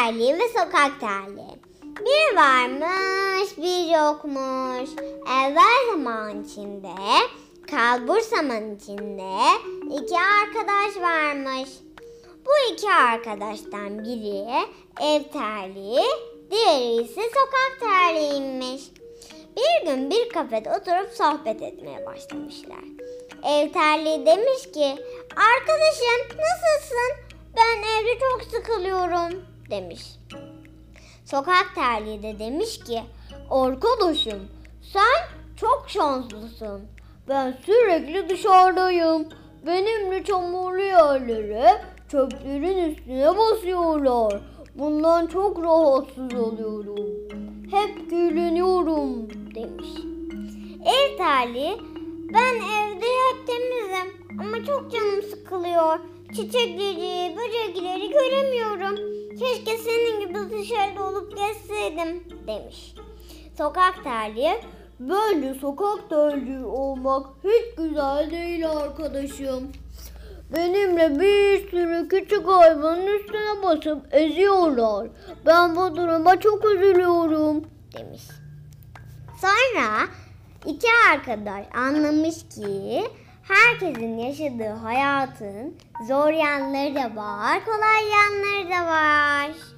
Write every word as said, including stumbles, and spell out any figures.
terliği ve sokak terliği. Bir varmış, bir yokmuş. Evvel zaman içinde, kalbur zaman içinde iki arkadaş varmış. Bu iki arkadaştan biri ev terliği, diğeri ise sokak terliğiymiş. Bir gün bir kafede oturup sohbet etmeye başlamışlar. Ev terliği demiş ki, arkadaşım nasılsın? Ben evde çok sıkılıyorum demiş. Sokak terliği de demiş ki, arkadaşım sen çok şanslısın. Ben sürekli dışarıdayım. Benimle çamurlu yerlere, çöplerin üstüne basıyorlar. Bundan çok rahatsız oluyorum. Hep kirleniyorum demiş. Ev terliği, ben evde hep temizim ama çok canım sıkılıyor. Çiçekleri, böcekleri göremiyorum. Keşke senin gibi dışarıda olup gezseydim demiş. Sokak terliği, böyle sokak terliği olmak hiç güzel değil arkadaşım. Benimle bir sürü küçük hayvanın üstüne basıp eziyorlar. Ben bu duruma çok üzülüyorum demiş. Sonra iki arkadaş anlamış ki herkesin yaşadığı hayatın zor yanları da var, kolay yanları da var.